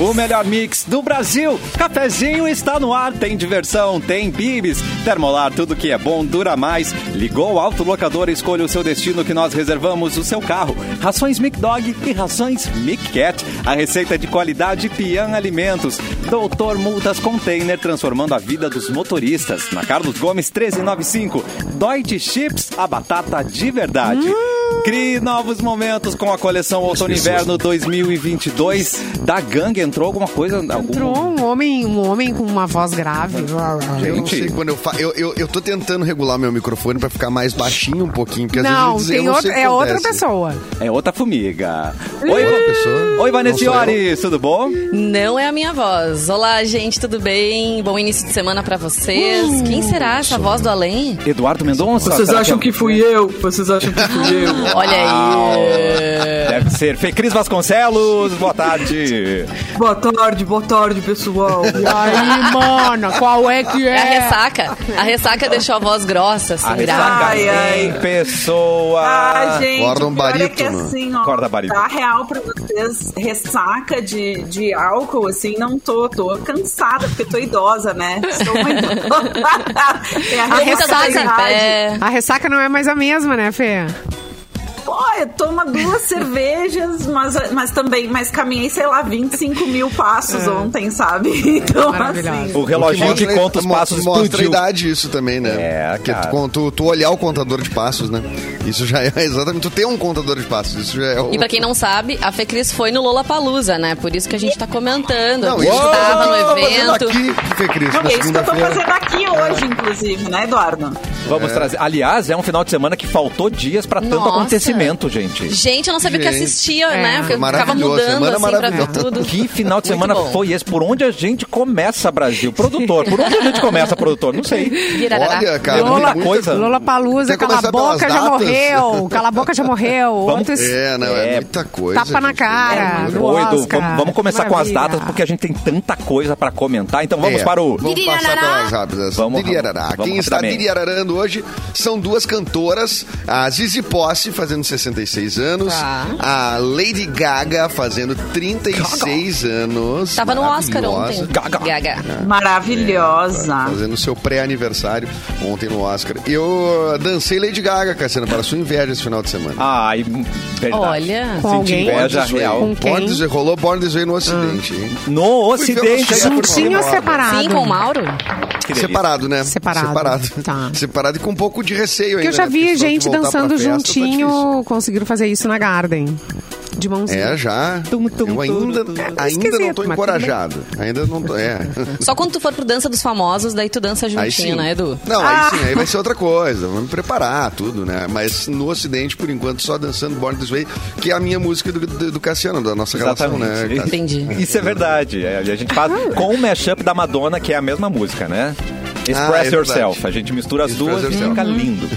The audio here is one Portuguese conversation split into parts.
O melhor mix do Brasil. Cafezinho está no ar, tem diversão, tem bibis. Termolar, tudo que é bom dura mais. Ligou o autolocador, escolha o seu destino que nós reservamos o seu carro. Rações Mic Dog e rações Mic Cat. A receita de qualidade Pian Alimentos. Doutor Multas Container, transformando a vida dos motoristas. Na Carlos Gomes 1395. Deutsche Chips, a batata de verdade. Crie novos momentos com a coleção Outono Inverno 2022. Da Gangue entrou alguma coisa? Entrou um homem com uma voz grave. Eu não sei quando eu tô tentando regular meu microfone pra ficar mais baixinho um pouquinho, porque às Não, vezes tem eu não sei o que é outra acontece. pessoa. É outra formiga. Outra pessoa? Oi, Vanessa Iores, tudo bom? Não é a minha voz. Olá, gente, tudo bem? Bom início de semana pra vocês. Quem será essa voz do além? Eduardo Mendonça? Vocês será acham que que fui eu? Vocês acham que fui eu? Olha aí. Deve ser Fê Cris Vasconcelos, boa tarde. Boa tarde, pessoal. E aí, mano, qual é que É a é? ressaca. A ressaca deixou a voz grossa, assim, A grave. ressaca Ai. em pessoa. Ah, gente, Gordon o pior é que Barítono. assim, ó, Corda barítono. tá real pra vocês, ressaca de álcool, assim, não tô cansada, porque tô idosa, né? Sou uma idosa. É A ressaca- idade. A ressaca não é mais a mesma, né, Fê? Pô, eu tomo 2 cervejas, mas caminhei, sei lá, 25 mil passos ontem, sabe? Então, Maravilhoso. assim... O reloginho que conta os passos mostra a explodiu. idade isso também, né? É, Porque cara. tu olhar o contador de passos, né? Isso já é exatamente... Tu tem um contador de passos, isso já é o... E pra quem não sabe, a Fê Cris foi no Lollapalooza, né? Por isso que a gente tá comentando. Não, a gente isso tava eu no tô fazendo evento. aqui, Fê Cris, Não, na é isso que eu tô segunda-feira. fazendo aqui hoje, inclusive, né, Eduardo? Vamos trazer. Aliás, é um final de semana que faltou dias pra tanto Nossa. acontecimento, gente. Gente, eu não sabia o que Gente. assistia, né? Porque eu ficava Maravilhoso, mudando, semana assim, pra maravilhosa. ver tudo. Que final de Muito semana bom. foi esse? Por onde a gente começa, Brasil? Produtor. Por onde a gente começa, produtor? Não sei. Irarará. Olha, cara, Lola- tem muita coisa. Lollapalooza, Quer cala a começar pelas boca, já datas? morreu. Cala a boca, já morreu. Outros... É, não, é muita coisa. Tapa na gente. cara. É, do Doido. Oscar. Vamos começar com as Maravilha. datas, porque a gente tem tanta coisa pra comentar. Então vamos É, para o... Vamos passar pelas rápidas. Vamos, Diriarará. vamos Quem está rapidamente. diriararando hoje são 2 cantoras. A Zizi Posse, fazendo 66 anos. Tá. A Lady Gaga, fazendo 36 anos. Tava no Oscar Maravilhosa. ontem. Gaga. Gaga. Maravilhosa. Fazendo seu pré-aniversário ontem no Oscar. Eu dancei Lady Gaga, Cassiano, para sua inveja esse final de semana. Ai, verdade. Olha. Com Senti alguém? inveja This Way. real. Com quem? Born This Way, rolou Born This Way no Ocidente, hein? No Fui ver Ocidente. você Juntinho ou Fui separado? Sim, com o Mauro? Que delícia. Separado, né? Separado. Tá. Separado e com um pouco de receio Porque ainda. eu já né? vi Porque se gente voltar pra dançando festa, tá juntinho, difícil. conseguiram fazer isso na Garden. De mãozinha. É, já. Tum, tum, Eu ainda, tum, tum. ainda não Esquisito, tô mas encorajado. Ainda não tô. É. Só quando tu for pro Dança dos Famosos, daí tu dança Aí sim. juntinho, né, Edu? Não, aí sim, aí vai ser outra coisa. Vamos preparar tudo, né? Mas no Ocidente, por enquanto, só dançando Born This Way, que é a minha música do Cassiano, da nossa relação, né? Exatamente. Cassiano? Entendi. Isso é verdade. É, a gente faz com o mashup da Madonna, que é a mesma música, né? Express é Yourself. verdade. A gente mistura as Express duas e Yourself. fica lindo.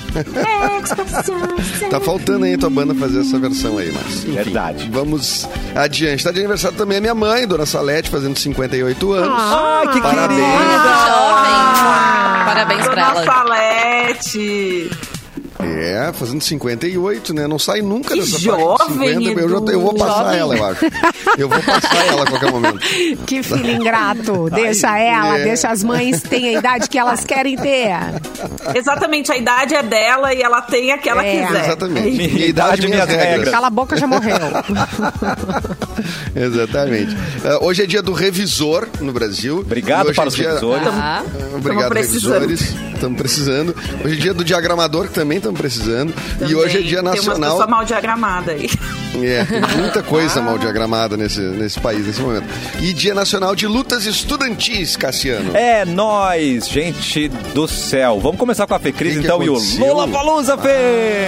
Tá faltando aí a tua banda fazer essa versão aí, mas. enfim, Verdade. Vamos adiante. Tá de aniversário também a minha mãe, Dona Salete, fazendo 58 anos. Ai, que Parabéns. Jovem. Parabéns pra Dona ela. Salete. É, fazendo 58, né? Não sai nunca Que dessa jovem, faixa de 50. Eu vou passar Jovem. ela, eu acho. Eu vou passar ela a qualquer momento. Que filho ingrato. Deixa ela, é. deixa as mães terem a idade que elas querem ter. Exatamente, a idade é dela e ela tem a que ela É. quiser. Exatamente. Minha idade, minhas regras. Cala a boca, já morreu. Exatamente. Hoje é dia do revisor no Brasil. Obrigado E hoje para é os dia- revisores. Tá. Obrigado, Tamo precisando. revisores. Estamos precisando. Hoje é dia do diagramador, que também estamos precisando. Também. E hoje é dia Tem umas nacional. pessoas mal diagramadas aí. É, tem muita coisa mal diagramada nesse país, nesse momento. E dia nacional de lutas estudantis, Cassiano. É nóis, gente do céu. Vamos começar com a Fê Cris, Que então, e o aconteceu? Lollapalooza, Fê!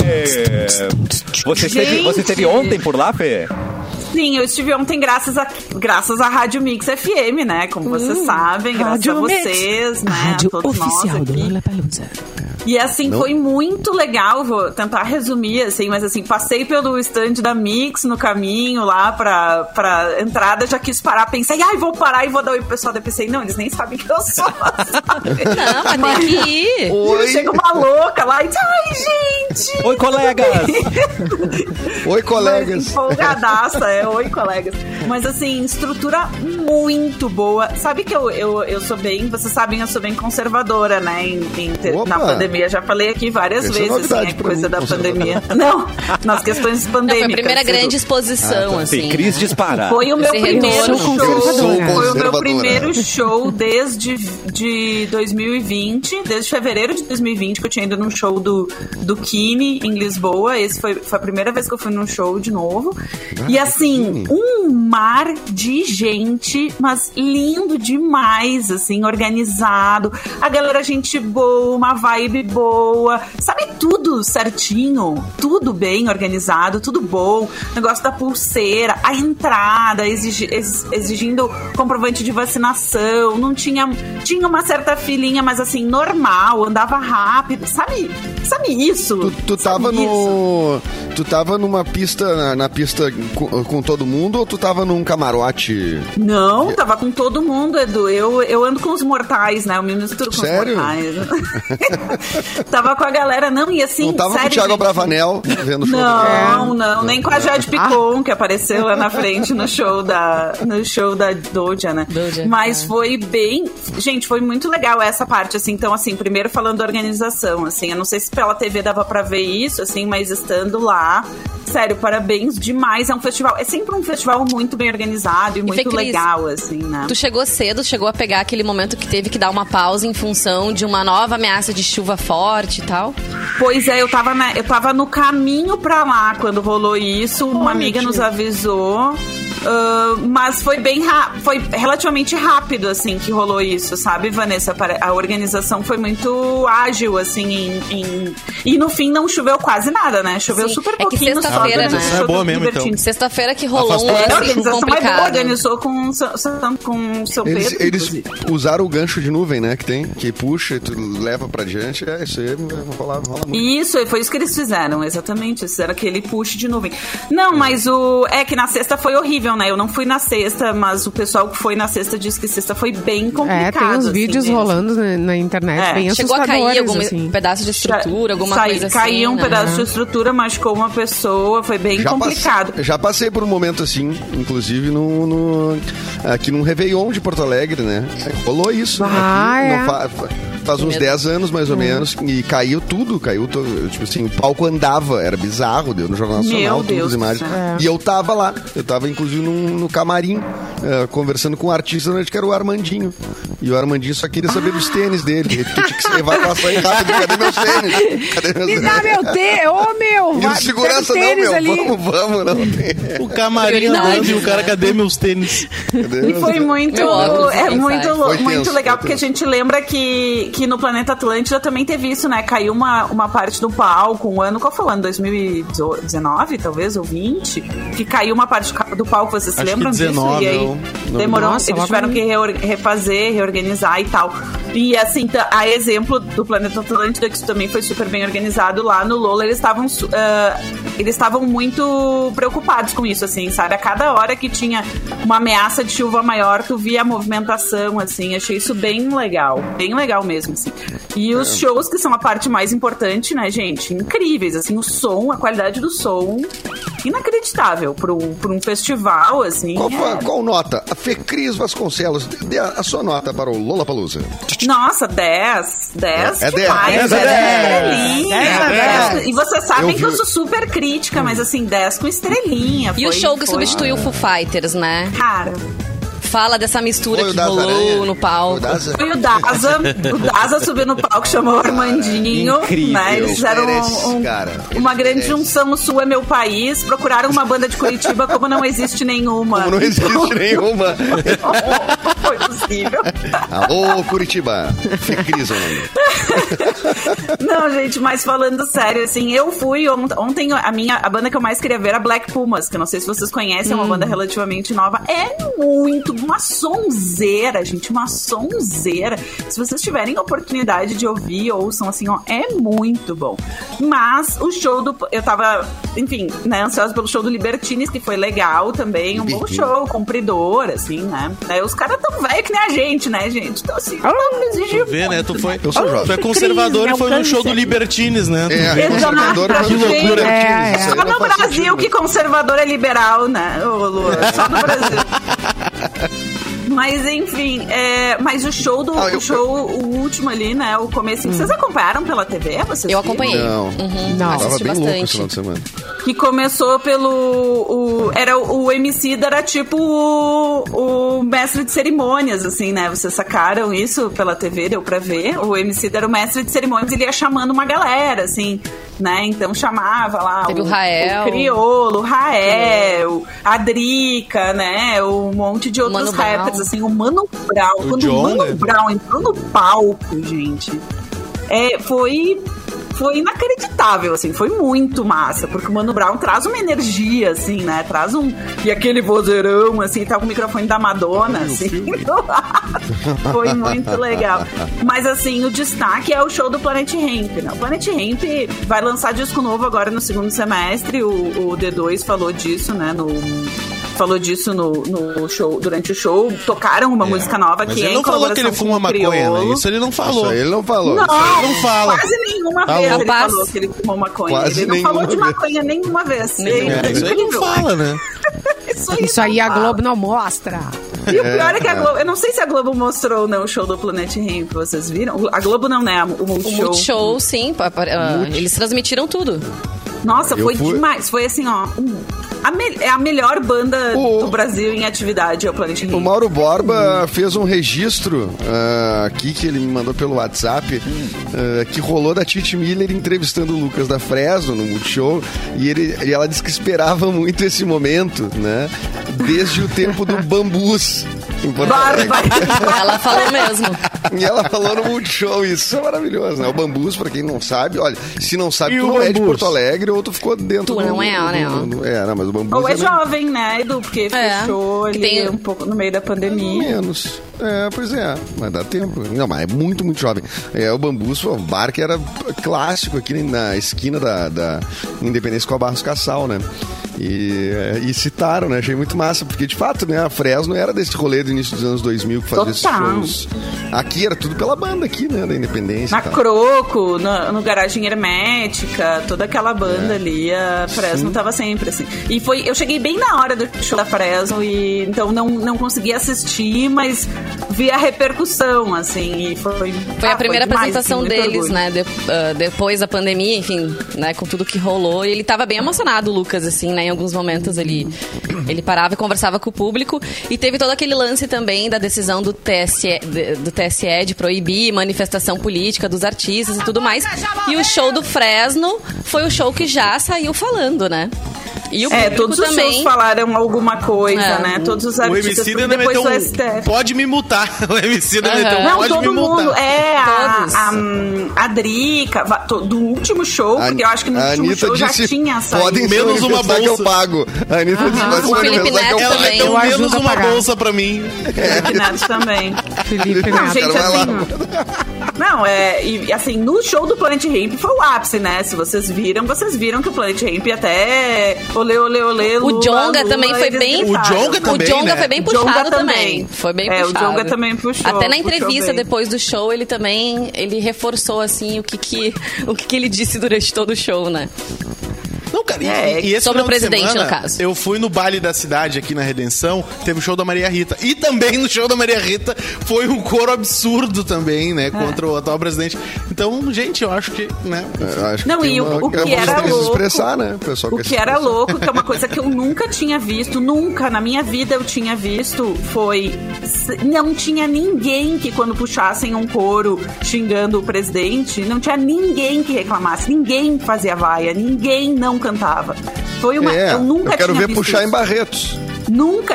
Você esteve ontem por lá, Fê? Sim, eu estive ontem graças à Rádio Mix FM, né? Como vocês sabem, graças Rádio a Mix. vocês, né? Rádio a todos nós oficial do aqui. Lollapalooza. E assim, foi muito legal, vou tentar resumir, assim, mas assim, passei pelo stand da Mix no caminho lá pra entrada, já quis parar, pensei, vou parar e vou dar oi pro pessoal, daí pensei, não, eles nem sabem que eu sou, sabe? Não, mas tem que ir. Oi. Chega uma louca lá e diz, ai, gente! Oi, colegas! Oi, colegas. Mas, empolgadaça, oi, colegas. Mas assim, estrutura muito boa. Sabe que eu sou bem, vocês sabem, eu sou bem conservadora, né? Na pandemia. Já falei aqui várias vezes, assim, a coisa da pandemia. Não, nas questões pandêmicas. Foi a primeira grande exposição, assim. Cris dispara. Foi o meu primeiro show. Foi o meu conservadora. primeiro show desde 2020, desde fevereiro de 2020, que eu tinha ido num show do Kine em Lisboa. Esse foi a primeira vez que eu fui num show de novo. E assim, um mar de gente, mas lindo demais, assim, organizado. A galera, gente boa, uma vibe boa. Sabe, tudo certinho, tudo bem organizado, tudo bom. Negócio da pulseira, a entrada, exigindo comprovante de vacinação. Não tinha uma certa filinha, mas assim, normal, andava rápido. Sabe isso? Tu tava numa pista, na pista com todo mundo, ou tu tava num camarote? Não, tava com todo mundo, Edu. Eu ando com os mortais, né? Eu me misturo com Sério? os mortais. Tava com a galera, não, e assim, não tava sério, com o Thiago gente. Bravanel vendo o show Não, nem com a Jade Picon, que apareceu lá na frente no show da Doja, né? Doja, mas foi bem... Gente, foi muito legal essa parte, assim. Então, assim, primeiro falando da organização, assim. Eu não sei se pela TV dava pra ver isso, assim, mas estando lá... Sério, parabéns demais. É um festival... É sempre um festival muito bem organizado e muito legal, assim, né? Tu chegou cedo, chegou a pegar aquele momento que teve que dar uma pausa em função de uma nova ameaça de chuva forte e tal? Pois é, eu tava no caminho pra lá quando rolou isso. Uma amiga nos avisou. Mas foi foi relativamente rápido, assim, que rolou isso, sabe, Vanessa? A organização foi muito ágil, assim, e no fim não choveu quase nada, né? Choveu super pouquinho. Sexta-feira, né? É boa mesmo, então. Sexta-feira que rolou um a lance organização complicado. é boa, organizou com São Pedro. Eles usaram o gancho de nuvem, né? Que puxa e tu leva pra diante. Isso aí rola muito. Isso, foi isso que eles fizeram, exatamente. Eles fizeram aquele push de nuvem. Não, mas é que na sexta foi horrível, né? Eu não fui na sexta, mas o pessoal que foi na sexta disse que sexta foi bem complicado. Tem uns assim, vídeos mesmo. rolando na internet, bem Chegou a assustadores, cair algum assim. pedaço de estrutura, alguma coisa assim, caiu um né? pedaço de estrutura, machucou uma pessoa, foi bem complicado. Já passei por um momento assim, inclusive aqui num Réveillon de Porto Alegre, né? Rolou isso. Faz uns 10 anos, mais ou menos, e caiu tudo, tipo assim, o palco andava, era bizarro, deu no Jornal Nacional, todas as imagens. E eu tava lá, inclusive no camarim, conversando com um artista, que era o Armandinho. E o Armandinho só queria saber dos tênis dele. Ele tinha que se evacuação aí rápido, cadê meus tênis? Me dá meu tênis, E o segurança, vamos, não. O camarim andando e o cara, cadê meus tênis? E foi muito legal, porque a gente lembra que no Planeta Atlântida também teve isso, né? Caiu uma parte do palco, um ano, qual foi o ano? 2019, talvez, ou 20? Que caiu uma parte do palco, vocês se lembram disso? E aí demorou, eles tiveram que reorganizar e tal. E assim, a exemplo do Planeta Atlântida, que isso também foi super bem organizado lá no Lola, eles estavam muito preocupados com isso, assim, sabe? A cada hora que tinha uma ameaça de chuva maior, tu via a movimentação, assim, achei isso bem legal mesmo, assim. E os shows, que são a parte mais importante, né, gente? Incríveis, assim, o som, a qualidade do som, inacreditável para um festival, assim. Qual nota? A Fecris Vasconcelos, dê a sua nota para o Lollapalooza. Nossa, 10. 10 É 10. demais. É 10. E vocês sabem que eu sou super crítica, mas assim, 10 com estrelinha. E o show que substituiu o Foo Fighters, né? Cara... Fala dessa mistura que rolou no palco. Foi o Daza subiu no palco, chamou o Armandinho. Incrível. Né? Eles fizeram uma grande junção. O Sul é meu país. Procuraram uma banda de Curitiba como não existe nenhuma. Como não existe nenhuma. foi possível. Alô, Curitiba. Cris o nome. Não, gente, mas falando sério, assim, eu fui ontem, a banda que eu mais queria ver era Black Pumas, que eu não sei se vocês conhecem, é uma banda relativamente nova. É muito, uma sonzeira, gente, uma sonzeira. Se vocês tiverem a oportunidade de ouvir, ouçam, assim, ó, é muito bom. Mas o show eu tava, enfim, né, ansiosa pelo show do Libertines, que foi legal também, um bom show, compridor, assim, né? Os caras tão velhos que nem a gente, né, gente? Então, assim, não exige Tu vê, né? Tu jovem. é conservador e foi no show do Libertines, né? Conservador. Que loucura. Só no Brasil que conservador é liberal, né, ô Lua? Só no Brasil. Mas, enfim, mas o show o último ali, né, o começo, vocês acompanharam pela TV? Eu acompanhei. Não. Assisti Tava bem louco esse bastante. final de semana. Que começou o Emicida era tipo o mestre de cerimônias, assim, né? Vocês sacaram isso pela TV, deu pra ver? O Emicida era o mestre de cerimônias, ele ia chamando uma galera, assim, né? Então chamava lá Teve o Rael, o Criolo, o Rael, a Drica, né? Um monte de outros rappers, assim, o Mano Brown. Quando o Mano Brown entrou no palco, gente, foi inacreditável, assim, foi muito massa, porque o Mano Brown traz uma energia, assim, né, e aquele vozeirão, assim, tá com o microfone da Madonna, assim, foi muito legal. Mas, assim, o destaque é o show do Planet Hemp, né, o Planet Hemp vai lançar disco novo agora no segundo semestre, o D2 falou disso, né, no show, durante o show, tocaram uma música nova que ele não falou que ele fuma maconha, né? Isso ele não falou. Isso aí ele não falou. Não, não fala. Quase nenhuma vez ele falou que ele fumou maconha. Quase ele não falou de maconha nenhuma vez. Isso aí ele não fala, né? Isso aí a Globo não mostra. E o pior é que a Globo... Eu não sei se a Globo mostrou ou não o show do Planet Hemp, vocês viram? A Globo não, né? O Multishow. O Multishow, sim. Eles transmitiram tudo. Nossa, foi demais. Foi assim, ó... É a melhor banda do Brasil em atividade, é o Planet Hemp. O Mauro Borba fez um registro aqui que ele me mandou pelo WhatsApp, que rolou da Titi Miller entrevistando o Lucas da Fresno no Multishow, e ela disse que esperava muito esse momento, né? Desde o tempo do Bambus. Ela falou mesmo. E ela falou no Multishow, isso é maravilhoso, né? O Bambus, pra quem não sabe, olha, se não sabe, tu não é de Porto Alegre ou tu ficou dentro do... Tu não é, né? Não, mas o Bambus ou é jovem, né, Edu? Porque fechou ali um pouco no meio da pandemia. Menos. Pois é, mas dá tempo. Não, mas é muito, muito jovem. O Bambus, o bar que era clássico aqui na esquina da Independência com a Barros Cassal, né? E citaram, né? Achei muito massa, porque de fato, né, a Fresno era desse rolê do início dos anos 2000 que fazia esses shows. Aqui era tudo pela banda aqui, né, da Independência. Na Croco, no Garagem Hermética, toda aquela banda ali, a Fresno tava sempre assim. E eu cheguei bem na hora do show da Fresno, e então não consegui assistir, mas vi a repercussão, assim, e foi a primeira apresentação assim, deles, né, depois da pandemia, enfim, né, com tudo que rolou, e ele tava bem emocionado, o Lucas, assim, né, em alguns momentos ele parava e conversava com o público, e teve todo aquele lance também da decisão do TSE de proibir manifestação política dos artistas e tudo mais, e o show do Fresno foi o show que já saiu falando, né? E o todos os também... shows falaram alguma coisa, né? Todos os artistas. O Emicida depois o STF. Pode me multar. O Emicida pode me multar. Mundo. A Drica, do último show, porque eu acho que no último show já tinha saído. Podem menos uma bolsa que eu pago. A Anitta disse, o Felipe Neto também. Então menos uma bolsa pra mim. Felipe Neto também. Felipe Neto. Gente, e assim, no show do Planet Hemp foi o ápice, né? Se vocês viram que o Planet Hemp até... Olê, o Djonga também foi bem... O Djonga também, O Djonga foi bem puxado também. Foi bem puxado. O Djonga também puxou. Até na entrevista depois do show, ele reforçou, assim, o que ele disse durante todo o show, né? Não, cara, e esse sobre o presidente, semana, no caso. Eu fui no baile da cidade aqui na Redenção, teve o show da Maria Rita. E também no show da Maria Rita foi um coro absurdo também, né? Contra o atual presidente. Então, gente, eu acho que, né? O que era louco... expressar, né? O que era louco, que é uma coisa que eu nunca tinha visto, nunca na minha vida eu tinha visto, foi... Não tinha ninguém que quando puxassem um coro xingando o presidente, não tinha ninguém que reclamasse, ninguém fazia vaia, ninguém não cantava. Foi uma... eu nunca eu quero tinha ver visto puxar isso. em Barretos. Nunca.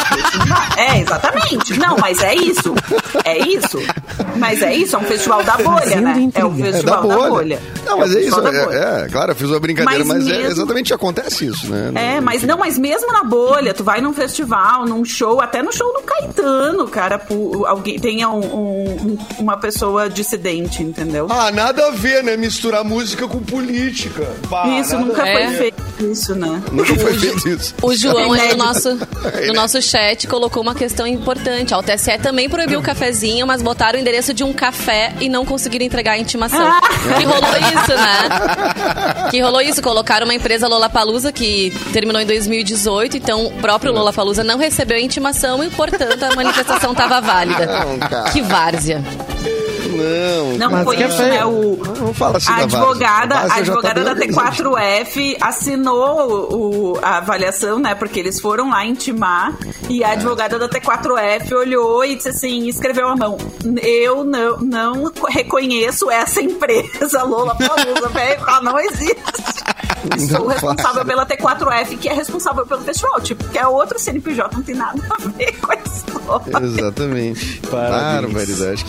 Exatamente. Não, mas é isso. Mas é isso, é um festival da bolha, né? É o festival da bolha. Não, mas é isso. Claro, eu fiz uma brincadeira, mas exatamente acontece isso, né? Mas mesmo na bolha, tu vai num festival, num show, até no show do Caetano, cara, alguém tenha uma pessoa dissidente, entendeu? Nada a ver, né? Misturar música com política. Isso nunca foi feito, isso, né? Nunca foi feito isso. O João aí no nosso chat colocou uma questão importante. O TSE também proibiu o cafezinho, mas botaram o endereço de um café e não conseguiram entregar a intimação. Que rolou isso, né? Que rolou isso. Colocaram uma empresa Lollapalooza que terminou em 2018, então o próprio Lollapalooza não recebeu a intimação e, portanto, a manifestação estava válida. Que várzea. Não foi isso, né? Não fala assim a advogada tá da T4F assinou a avaliação, né? Porque eles foram lá intimar e a advogada da T4F olhou e disse assim, escreveu a mão: eu não reconheço essa empresa Lollapalooza, ela não existe. Sou responsável pela T4F, que é responsável pelo festival, que é outro CNPJ, não tem nada a ver com a história. Exatamente. Barbaridade.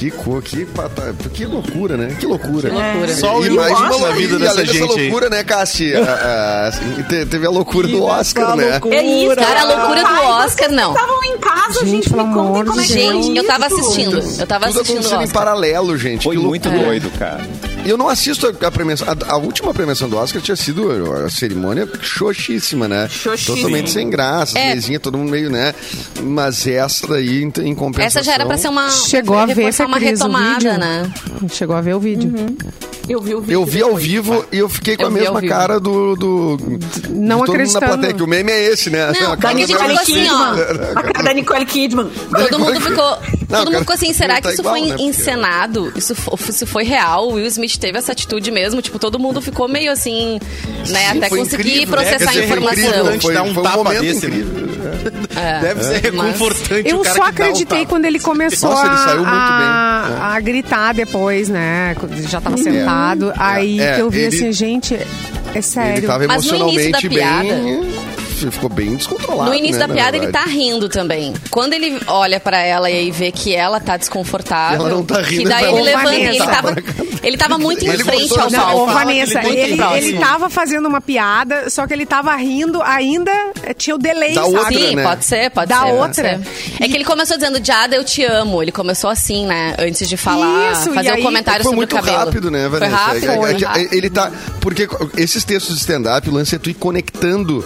Que loucura, né? Que loucura. Só o na vida dessa gente. Essa loucura, né, Cassi? Teve a loucura do Oscar, né? É isso, cara, a loucura do Oscar, não. Vocês estavam em casa, gente, me contem como é que Gente, eu tava assistindo. Eu tava assistindo o Oscar. Em paralelo, gente. Foi muito doido, cara. E eu não assisto a premiação. A última premiação do Oscar tinha sido a cerimônia xoxíssima, né? Totalmente sem graça, mesinha, todo mundo meio, né? Mas essa daí, em compensação... Essa já era pra ser uma... Chegou a ver uma retomada, né? Chegou a ver o vídeo. Eu vi o vídeo. Eu vi ao vivo e eu fiquei com a mesma cara do não todo mundo na plateia, acreditando. que o meme é esse, né? Não, a cara porque ficou assim, ó. A cara da Nicole Kidman. Todo mundo ficou assim, será que isso foi encenado? Isso foi real? O Will Smith teve essa atitude mesmo? Tipo, todo mundo ficou meio assim, né? Até conseguir processar a informação. Foi um momento desse, incrível. Deve ser reconfortante. Eu o cara só que acreditei quando ele começou ele saiu muito bem. a gritar depois, né? Quando ele já tava sentado. Aí que eu vi assim, gente, é sério. Ele tava Mas no início da emocionalmente piada... Ficou bem descontrolado. No início né, da piada ele tá rindo também. Quando ele olha pra ela e aí vê que ela tá desconfortável, ela não tá rindo, que daí ele levanta e Vanessa. ele tava muito em frente ao Não, palco. Vanessa, ele tava fazendo uma piada, só que ele tava rindo ainda, tinha o delay, da sabe? outra, Sim, né? pode ser. outra. É que ele começou dizendo, Jada, eu te amo. Ele começou assim, né? Antes de falar, Isso, fazer e um aí, comentário Foi sobre o muito cabelo. rápido, né, Vanessa? Foi rápido. Ele tá... Porque esses textos de stand-up, o lance é tu ir conectando...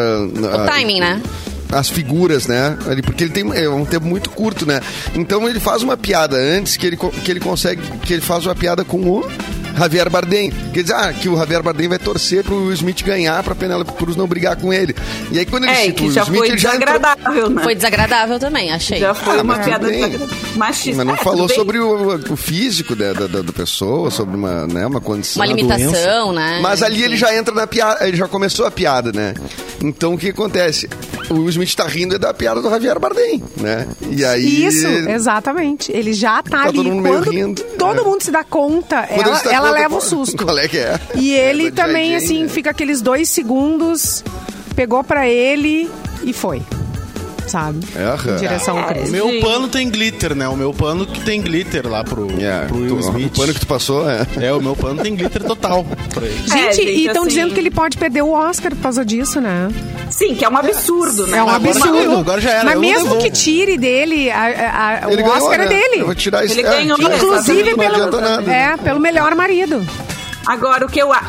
O timing, né? As figuras, né? Porque ele tem um tempo muito curto, né? Então ele faz uma piada antes que ele consegue... Que ele faz uma piada com o Javier Bardem. Quer dizer, que o Javier Bardem vai torcer pro Will Smith ganhar, pra Penélope Cruz não brigar com ele. E aí quando ele cita o Will Smith, foi desagradável, né? Foi desagradável também, achei. Já foi uma piada machista. Mas não falou sobre o físico da pessoa, sobre uma condição. Uma limitação, né? Mas ali ele já entra na piada, ele já começou a piada, né? Então o que acontece? O Will Smith tá rindo da piada do Javier Bardem, né? E aí... Isso, exatamente. Ele já tá ali. Todo mundo meio rindo. Todo mundo se dá conta, ela leva o susto. Qual é que é? E ele também, assim, fica aqueles 2 segundos, pegou pra ele e foi. Sabe? Em direção ao Cris. O meu pano tem glitter, né? O meu pano que tem glitter lá pro Will Smith. O pano que tu passou, o meu pano tem glitter total pra ele. Gente, e estão assim... dizendo que ele pode perder o Oscar por causa disso, né? Sim, que é um absurdo, né? É um absurdo. Agora já era. Mas mesmo que tire dele, o Oscar é dele. Eu vou tirar isso. Ele ganhou. Inclusive pelo melhor marido. Agora, o que eu...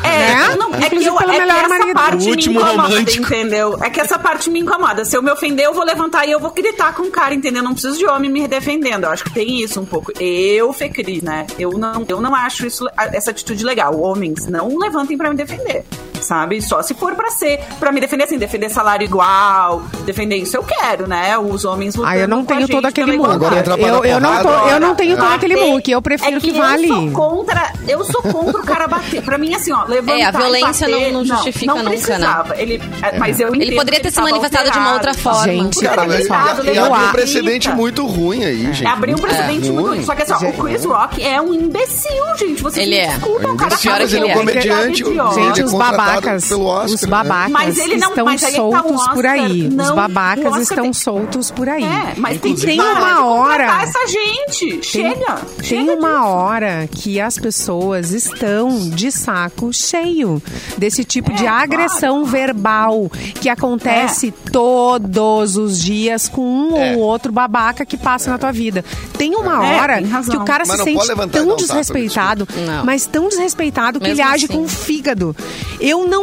parte me incomoda, entendeu? É que essa parte me incomoda. Se eu me ofender, eu vou levantar e eu vou gritar com o cara, entendeu? Não preciso de homem me defendendo. Eu acho que tem isso um pouco. Eu, Fecri, né? Eu não acho essa atitude legal. Homens, não levantem pra me defender, sabe? Só se for pra me defender, assim, defender salário igual, defender isso eu quero, né? Os homens lutando eu não tenho todo aquele mundo. Eu não tenho todo aquele mundo, que eu prefiro que vale. Eu sou contra o cara bater. Pra mim, assim, ó, levantar a violência e bater, não justifica não nunca, né? Mas ele poderia ter se manifestado de uma outra forma. Gente, cara, e abriu um precedente muito ruim aí, gente. Abriu um precedente muito ruim. Só que assim, o Chris Rock é um imbecil, gente. Vocês ele me desculpam, o cara mas ele é um comediante. Gente, os babacas babacas, pelo Oscar, os babacas Mas ele não, estão mas aí soltos tá Oscar, por aí. não, Os babacas estão tem... soltos por aí. Mas tem uma hora... essa gente. Chega. Tem uma hora que as pessoas estão de saco cheio desse tipo de agressão verbal que acontece todos os dias com um ou outro babaca que passa na tua vida. Tem uma hora que o cara se sente tão desrespeitado, mas tão desrespeitado que ele age com o fígado. Eu não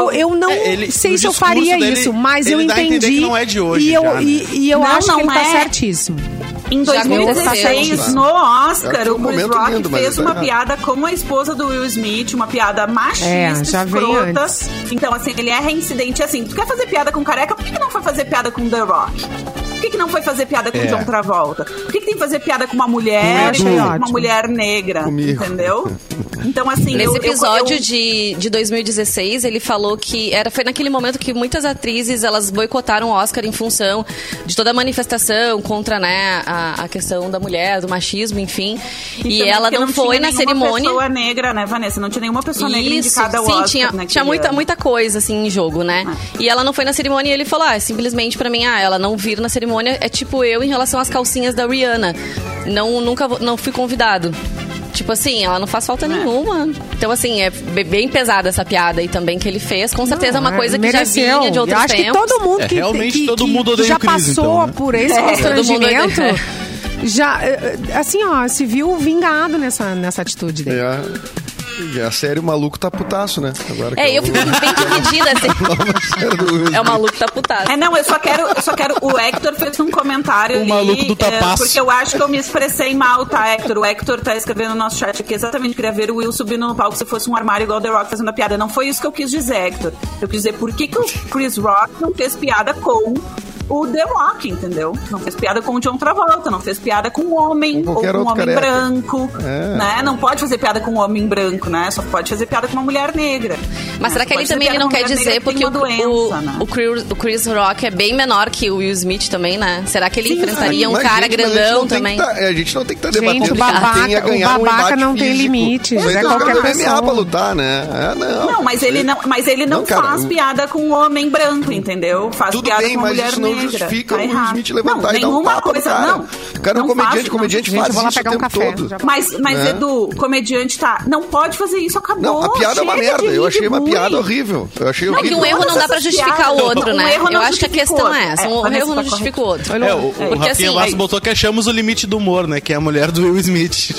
sei se eu faria isso, mas eu entendi. Não é de hoje, e eu acho que ele tá certíssimo. Em 2016, no Oscar, o Chris Rock fez uma piada com a esposa do Will Smith, uma piada machista, escrota. Então, assim, ele é reincidente. Assim, tu quer fazer piada com careca, por que não foi fazer piada com The Rock? Por que não foi fazer piada com John Travolta? Por que tem que fazer piada com uma mulher, uma mulher negra? Entendeu? Então, assim... Nesse episódio de 2016, ele falou que foi naquele momento que muitas atrizes, elas boicotaram o Oscar em função de toda a manifestação contra, né, a questão da mulher, do machismo, enfim. E ela não foi na cerimônia... Não tinha pessoa negra, né, Vanessa? Não tinha nenhuma pessoa negra indicada ao Oscar. Sim, tinha muita coisa, assim, em jogo, né? E ela não foi na cerimônia e ele falou, simplesmente pra mim, ela não vir na cerimônia é tipo eu em relação às calcinhas da Rihanna. Não fui convidado. Tipo assim, ela não faz falta nenhuma. Então, assim, é bem pesada essa piada aí também que ele fez. Com certeza é uma coisa que já vinha de outros tempos. Acho que todo mundo todo mundo odeia já o Chris, passou então, né? por esse constrangimento, já, assim, se viu vingado nessa atitude dele. E a série O Maluco Tá Putaço, né? Agora eu fico bem dividida, assim. O Maluco Tá Putaço. Eu só quero... O Hector fez um comentário O Maluco do Tapaço. Porque eu acho que eu me expressei mal, tá, Hector? O Hector tá escrevendo no nosso chat aqui, exatamente, queria ver o Will subindo no palco se fosse um armário igual o The Rock fazendo a piada. Não foi isso que eu quis dizer, Hector. Eu quis dizer, por que o Chris Rock não fez piada com o The Rock, entendeu? Não fez piada com o John Travolta, não fez piada com um homem ou com um homem branco, né? Não pode fazer piada com um homem branco, né? Só pode fazer piada com uma mulher negra. Mas será que ele também não quer dizer porque o Chris Rock é bem menor que o Will Smith também, né? Será que ele enfrentaria um cara grandão também? A gente não tem que estar debatendo. O babaca não tem limites. É qualquer pessoa pra lutar, né? Mas ele não faz piada com um homem branco, entendeu? Faz piada com uma mulher negra. Justifica o Will Smith levantar e dar um tapa no cara. O cara é um comediante faz isso o tempo todo. Mas Edu, comediante não pode fazer isso, acabou. Não, a piada é uma merda. Eu achei uma piada horrível. Eu achei horrível. Um erro não dá pra justificar o outro, né? Eu acho que a questão é essa. Um erro não justifica o outro. O Rafinha Bastos botou que achamos o limite do humor, né? Que é a mulher do Will Smith.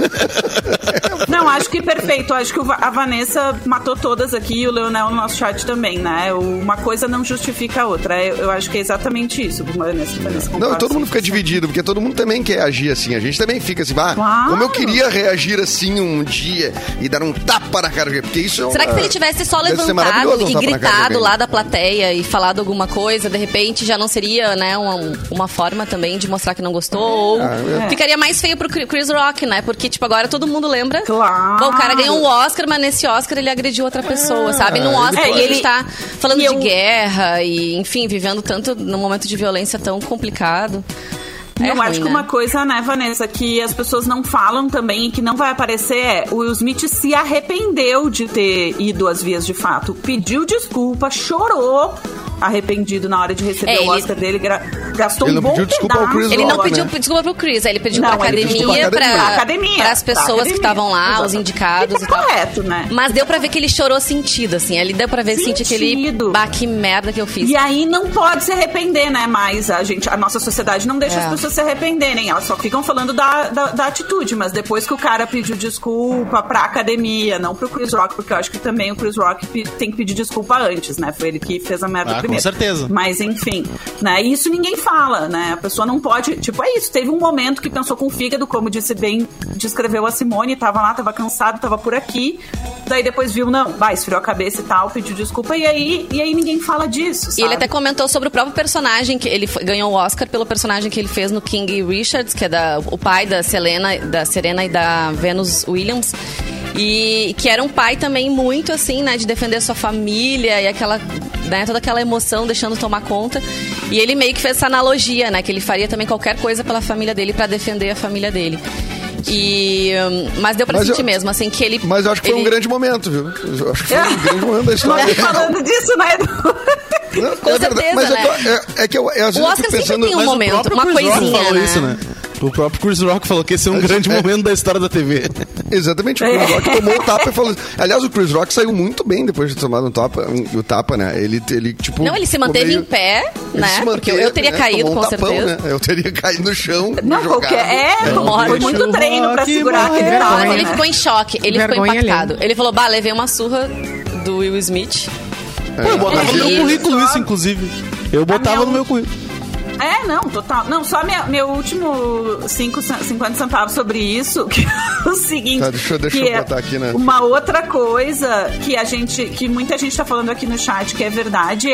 Não, acho que perfeito. Acho que a Vanessa matou todas aqui e o Leonel no nosso chat também, né? Uma coisa não justifica a outra. Eu acho que é exatamente isso, Vanessa. Não, todo mundo fica dividido, porque todo mundo também quer agir assim. A gente também fica assim, como eu queria reagir assim um dia e dar um tapa na cara. Porque isso Será que se ele tivesse só levantado e gritado lá da plateia e falado alguma coisa, de repente já não seria, né, uma forma também de mostrar que não gostou? Ou ficaria mais feio pro Chris Rock, né? Porque, tipo, agora todo mundo lembra. Claro. Bom, o cara ganhou um Oscar, mas nesse Oscar ele agrediu outra pessoa, sabe? Num Oscar ele tá falando de guerra e, enfim, vivendo tanto num momento de violência tão complicado. Eu acho que uma coisa, né, Vanessa, que as pessoas não falam também e que não vai aparecer o Will Smith se arrependeu de ter ido às vias de fato. Pediu desculpa, chorou arrependido na hora de receber o Oscar dele, gastou um bom pedaço. Ele não pediu desculpa pro Chris, ele pediu pra academia, para as pessoas que estavam lá, os indicados e tal. Correto, né? Mas deu pra ver que ele chorou sentido, assim, ele deu pra ver sentir que ele, que merda que eu fiz. E aí não pode se arrepender, né, mas a nossa sociedade não deixa as pessoas se arrependerem, elas só ficam falando da atitude, mas depois que o cara pediu desculpa pra academia, não pro Chris Rock, porque eu acho que também o Chris Rock tem que pedir desculpa antes, né, foi ele que fez a merda primeiro. Com certeza. Mas, enfim, né? Isso ninguém fala, né? A pessoa não pode... Tipo, é isso. Teve um momento que pensou com o fígado, como descreveu a Simone, tava lá, tava cansado, tava por aqui. Daí depois viu, esfriou a cabeça e tal, pediu desculpa. E aí ninguém fala disso, sabe? E ele até comentou sobre o próprio personagem, que ele ganhou o Oscar pelo personagem que ele fez no King Richards, que é o pai da Serena e da Venus Williams. E que era um pai também muito assim, né, de defender sua família e aquela, né, toda aquela emoção deixando tomar conta. E ele meio que fez essa analogia, né, que ele faria também qualquer coisa pela família dele pra defender a família dele. Mas deu pra sentir mesmo, assim, que ele... Mas eu acho que foi um grande momento, viu? Eu acho que foi um grande momento da história. Mas falando disso, né, Edu? Com certeza, mas né? Às vezes o Oscar sempre tem um momento, uma coisinha, falou né? Isso, né? O próprio Chris Rock falou que esse é um grande momento da história da TV. Exatamente, o Chris Rock tomou o tapa e falou... Aliás, o Chris Rock saiu muito bem depois de tomar o tapa, né? Ele tipo... Não, ele se manteve em pé, né? Porque eu teria caído, com certeza. Né? Eu teria caído no chão. Não, foi muito treino pra segurar aquele tapa. Ele ficou em choque, ele ficou impactado. Ele falou, levei uma surra do Will Smith. Eu botava no meu currículo isso, inclusive. Eu botava no meu currículo. Não, total. Não, só meu último 50 centavos sobre isso, que é o seguinte... Tá, deixa eu botar aqui, né? Uma outra coisa que muita gente tá falando aqui no chat, que é verdade,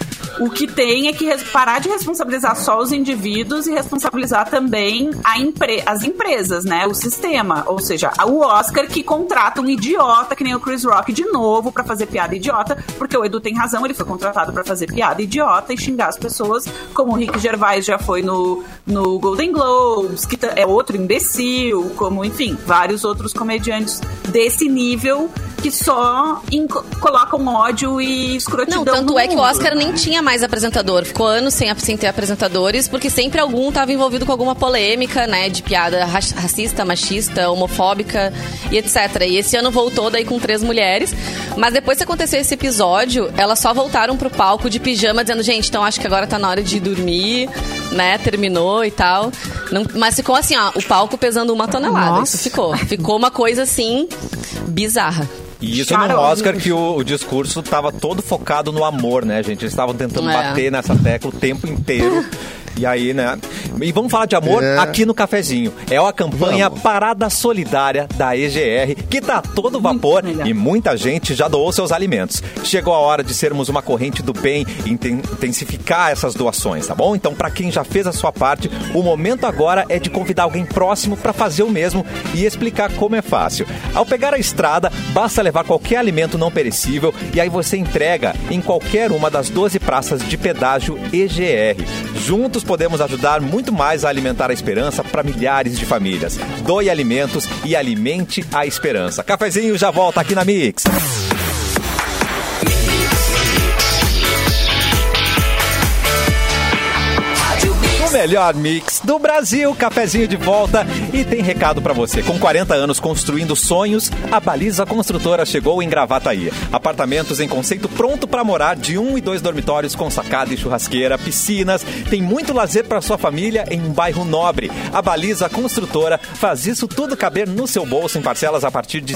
o que tem é que parar de responsabilizar só os indivíduos e responsabilizar também as empresas, né? O sistema. Ou seja, o Oscar que contrata um idiota, que nem o Chris Rock, de novo, pra fazer piada idiota, porque o Edu tem razão, ele foi contratado pra fazer piada idiota e xingar as pessoas, como o Rick Gervais já foi no Golden Globes, que é outro imbecil, como, enfim, vários outros comediantes desse nível que só colocam ódio e escrotidão. Não, tanto é que o Oscar nem tinha mais apresentador. Ficou anos sem ter apresentadores, porque sempre algum estava envolvido com alguma polêmica, né? De piada racista, machista, homofóbica e etc. E esse ano voltou daí com 3 mulheres. Mas depois que aconteceu esse episódio, elas só voltaram pro palco de pijama, dizendo, gente, então acho que agora tá na hora de dormir, né? Terminou e tal. Mas ficou assim, ó, o palco pesando 1 tonelada. Nossa. Isso ficou. Ficou uma coisa assim, bizarra. E isso no Oscar que o discurso estava todo focado no amor, né, gente? Eles estavam tentando bater nessa tecla o tempo inteiro. E aí, né? E vamos falar de amor aqui no Cafezinho. É a campanha Parada Solidária da EGR, que tá a todo vapor e muita gente já doou seus alimentos. Chegou a hora de sermos uma corrente do bem e intensificar essas doações, tá bom? Então, pra quem já fez a sua parte, o momento agora é de convidar alguém próximo pra fazer o mesmo e explicar como é fácil. Ao pegar a estrada, basta levar qualquer alimento não perecível e aí você entrega em qualquer uma das 12 praças de pedágio EGR. Juntos podemos ajudar muito mais a alimentar a esperança para milhares de famílias. Doe alimentos e alimente a esperança. Cafezinho já volta aqui na Mix. Melhor mix do Brasil, Cafezinho de volta e tem recado pra você. Com 40 anos construindo sonhos, a Baliza Construtora chegou em Gravataí. Apartamentos em conceito pronto pra morar, de 1 e 2 dormitórios com sacada e churrasqueira, piscinas. Tem muito lazer pra sua família em um bairro nobre. A Baliza Construtora faz isso tudo caber no seu bolso em parcelas a partir de R$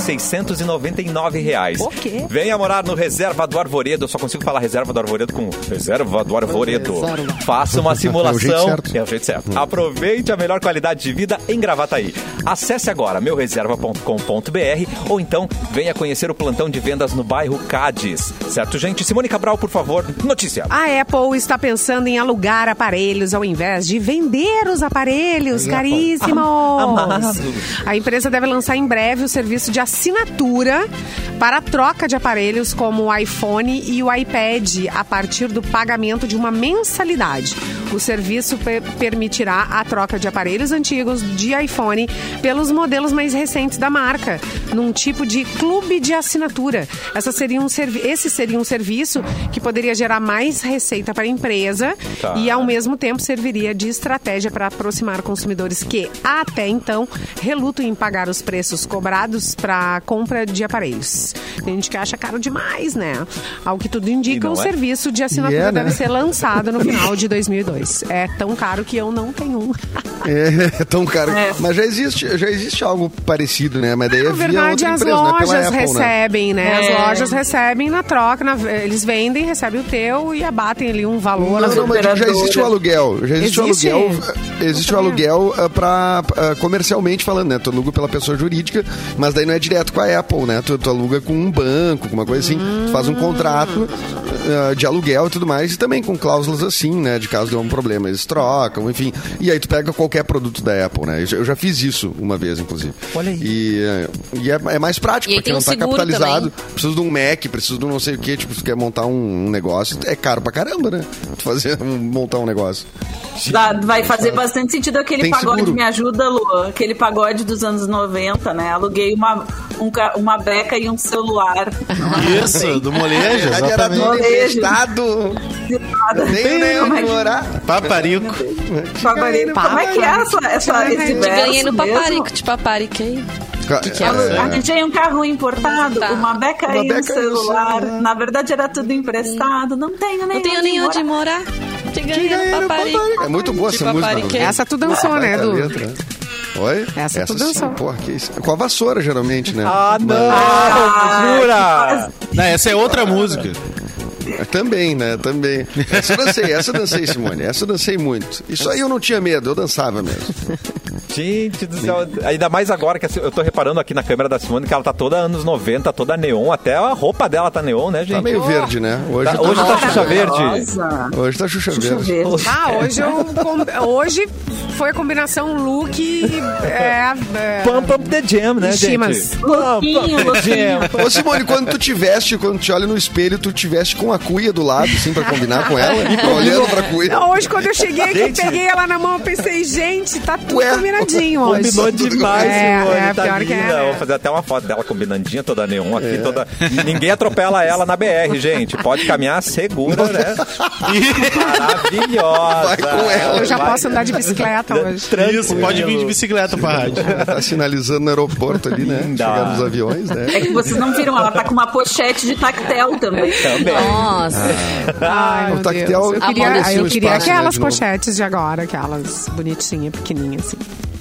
699. O quê? Venha morar no Reserva do Arvoredo. Eu só consigo falar Reserva do Arvoredo com Reserva do Arvoredo. Faça uma simulação. É o jeito certo. Aproveite a melhor qualidade de vida em Gravataí. Acesse agora meureserva.com.br ou então venha conhecer o plantão de vendas no bairro Cádiz. Certo, gente? Simone Cabral, por favor, notícia. A Apple está pensando em alugar aparelhos ao invés de vender os aparelhos caríssimos. Amado. A empresa deve lançar em breve o serviço de assinatura para a troca de aparelhos como o iPhone e o iPad a partir do pagamento de uma mensalidade. O serviço permitirá a troca de aparelhos antigos de iPhone pelos modelos mais recentes da marca, num tipo de clube de assinatura. Esse seria um serviço que poderia gerar mais receita para a empresa e, ao mesmo tempo, serviria de estratégia para aproximar consumidores que, até então, relutam em pagar os preços cobrados para a compra de aparelhos. Tem gente que acha caro demais, né? Ao que tudo indica, o serviço de assinatura deve ser lançado no final de 2002. É tão caro que eu não tenho um. É tão caro. Mas já existe algo parecido, né? Mas daí na verdade, outra as empresa, lojas Apple, recebem, né? As lojas recebem na troca, eles vendem, recebem o teu e abatem ali um valor. Não, mas já existe o aluguel. Existe o aluguel comercialmente falando, né? Tu aluga pela pessoa jurídica, mas daí não é direto com a Apple, né? Tu aluga com um banco, com uma coisa assim. Tu faz um contrato de aluguel e tudo mais, e também com cláusulas assim, né? De caso de um problema, eles trocam trocam, enfim. E aí tu pega qualquer produto da Apple, né? Eu já fiz isso uma vez, inclusive. Olha aí. E é mais prático, E aí porque tem não um tá seguro capitalizado. também. Precisa de um Mac, precisa de um não sei o quê. Tipo, se tu quer montar um negócio, é caro pra caramba, né? Montar um negócio. Vai fazer bastante sentido aquele Tem pagode, seguro. me ajuda, Lu, aquele pagode dos anos 90, né? Aluguei uma beca e um celular. Isso, do molejo, Era exatamente. tudo Molejo. emprestado. Nem onde morar. Paparico. Como é que é esse verso Ganhei no mesmo? paparico, te papariquei. Que arranjei um carro importado, Tá. uma beca Uma e um beca e um celular. celular. Na verdade era tudo emprestado. Não tenho nem onde morar. Te ganhei no paparico. É muito boa essa música. papariquei. Essa tu dançou, né, Baita Edu? letra. Oi? Essa tu sim, dançou. porra, que isso. Com a vassoura, geralmente, né? Ah, não! Jura? Não, essa é outra música. Também, né? Também. Essa eu dancei, Simone. Essa eu dancei muito. Isso aí eu não tinha medo, eu dançava mesmo. Gente do céu, ainda mais agora que eu tô reparando aqui na câmera da Simone que ela tá toda anos 90, toda neon, até a roupa dela tá neon, né, gente? Tá meio verde, né? Hoje Hoje tá Xuxa Verde. Rosa. Hoje tá Xuxa Xuxa Verde. Verde. Hoje foi a combinação look Pump Up the Jam, né, gente? Chimas. Louquinho, Pump Up the Jam. Ô, Simone, quando te olha no espelho, tu te veste com a cuia do lado, assim, pra combinar com ela? Olhando pra cuia. Hoje, quando eu cheguei aqui, eu peguei ela na mão, eu pensei, gente, tá tudo combinadinho hoje. Combinou demais, Simone. Tá pior que linda. é. Vou fazer até uma foto dela combinandinha, toda neon aqui, toda... Ninguém atropela ela na BR, gente. Pode caminhar segura, né? Maravilhosa. Vai com ela. Eu já posso andar de bicicleta hoje. Isso, pode vir de bicicleta pra rádio. Tá sinalizando no aeroporto ali, né? Linda. Chegar nos aviões, né? É que vocês não viram, ela tá com uma pochete de tactel também. Também. Nossa. Ai, O meu tactel Deus. Eu queria, amadureceu eu o queria espaço, né, aquelas de novo. pochetes de agora, aquelas bonitinhas, pequenininhas, assim.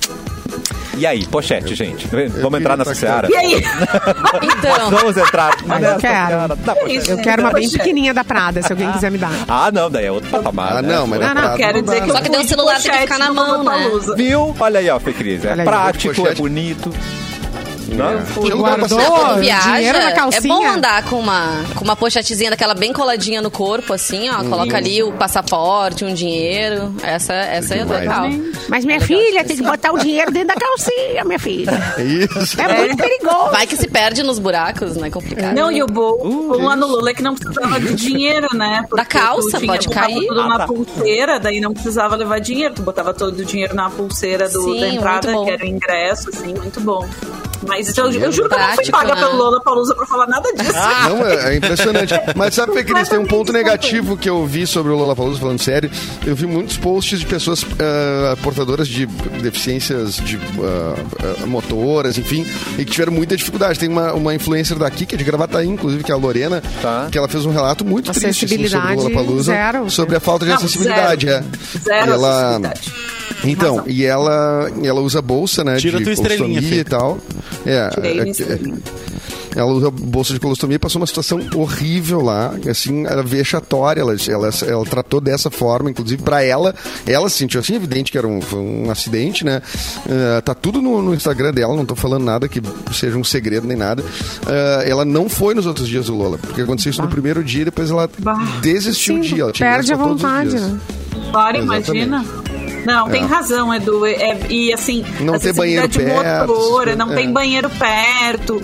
E aí, pochete, gente? Vamos entrar nessa seara? E aí? Então, Vamos entrar nessa quero. seara da pochete. Eu quero uma bem pequenininha da Prada, se alguém quiser me dar. Ah, não, daí é outro patamar. Ah, né? não, mas Não, é não, prato, Quero dizer que Só que daí o celular tem que ficar na mão, né? Viu? Olha aí, ó, Fê Cris. É Olha aí. prático, é Pochete. bonito. Não? Tinha lugar pra Guardou. ser. quando dinheiro na viaja, é calcinha. bom andar com uma pochetezinha daquela bem coladinha no corpo, assim, ó. Coloca ali o passaporte, um dinheiro. Essa é legal. Mas minha filha tem que botar o dinheiro dentro da calcinha, minha filha. Isso. É muito perigoso. Vai que se perde nos buracos, não é complicado. Não, e o bom lá no Lula é que não precisava de dinheiro, né? Porque Da calça, tu tinha- pode botava cair. tudo Ah, na tá. pulseira, daí não precisava levar dinheiro. Tu botava todo o dinheiro na pulseira Sim, da entrada, muito bom. que era o ingresso, assim, muito bom. Mas então, eu juro que eu não fui Prático, paga né? pelo Lollapalooza pra falar nada disso. Não, é impressionante. Mas sabe, Fê Cris, tem um ponto negativo que eu vi sobre o Lollapalooza, falando sério. Eu vi muitos posts de pessoas portadoras de deficiências de motoras, enfim, e que tiveram muita dificuldade. Tem uma influencer daqui, que é de Gravataí, inclusive, que é a Lorena, Tá. que ela fez um relato muito triste assim, sobre o Acessibilidade Lollapalooza, zero. sobre a falta de Não, acessibilidade. zero. Zero E ela... acessibilidade. Então, e ela usa bolsa, né? Tira de tua estrelinha, colostomia Fê. e tal. Tirei minha estrelinha. Ela usa bolsa de colostomia e passou uma situação horrível lá, assim, era vexatória. Ela tratou dessa forma, inclusive pra ela se sentiu assim, evidente que era foi um acidente, né? Tá tudo no Instagram dela, não tô falando nada que seja um segredo nem nada. Ela não foi nos outros dias do Lola, porque aconteceu isso no primeiro dia e depois ela desistiu Sim, o dia. Ela tinha perde a ingresso pra todos os vontade, dias. né? Claro, Exatamente. imagina. Não, tem razão, Edu. E assim, Não ter banheiro acessibilidade perto, motora, essas não coisas. tem banheiro perto,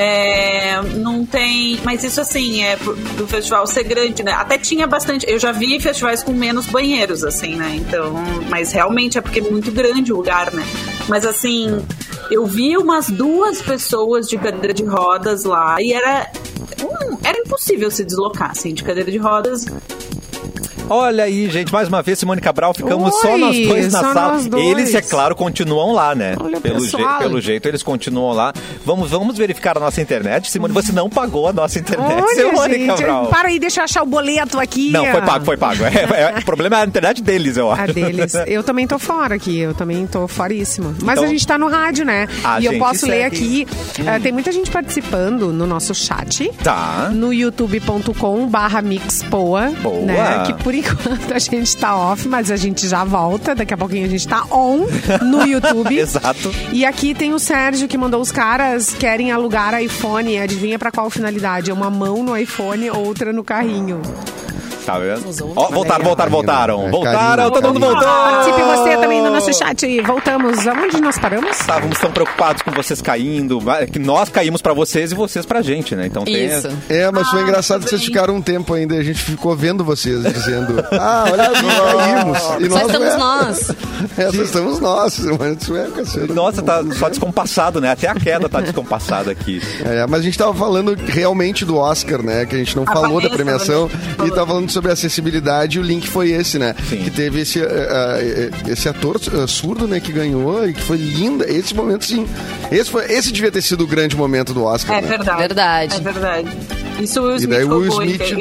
não tem. Mas isso assim, pro festival ser grande, né? Até tinha bastante. Eu já vi festivais com menos banheiros, assim, né? Então, mas realmente é porque é muito grande o lugar, né? Mas assim, eu vi umas 2 pessoas de cadeira de rodas lá e era impossível se deslocar, assim, de cadeira de rodas. Olha aí, gente, mais uma vez, Simone Cabral, ficamos Oi, só nós dois na só sala. nós dois. Eles, é claro, continuam lá, né? Olha o Pelo pessoal. pelo jeito, eles continuam lá. Vamos verificar a nossa internet. Simone, você não pagou a nossa internet, Olha, Simone gente, Cabral. para aí, deixa eu achar o boleto aqui. Não, foi pago. O problema é a internet deles, eu acho. A deles. Eu também tô fora aqui, eu também tô foríssima. Mas Então- a gente tá no rádio, né? A E eu gente posso ler segue. aqui. Tem muita gente participando no nosso chat. Tá. No youtube.com/mixpoa. Boa. Né? Que por enquanto a gente tá off, mas a gente já volta. Daqui a pouquinho a gente tá on no YouTube. Exato. E aqui tem o Sérgio que mandou: os caras querem alugar iPhone. Adivinha pra qual finalidade? É uma mão no iPhone, outra no carrinho. Tá vendo? Usou. Ó, voltaram. Voltaram, todo mundo voltou. Participe você também no nosso chat. Voltamos. Aonde nós paramos? Estávamos tão preocupados com vocês caindo, que nós caímos pra vocês e vocês pra gente, né? Então tem... Isso. Mas foi engraçado que vocês ficaram um tempo ainda e a gente ficou vendo vocês, dizendo, olha, caímos. E Só estamos nós. Só estamos nós. Nossa, tá só descompassado, né? Até a queda tá descompassada aqui. Mas a gente tava falando realmente do Oscar, né? Que a gente não falou da premiação e tava falando sobre acessibilidade, e o link foi esse, né? Sim. Que teve esse ator surdo, né, que ganhou e que foi lindo. Esse momento, sim. Esse devia ter sido o grande momento do Oscar, né? Verdade. É verdade. Isso o Will Smith daí o Will roubou. Smith-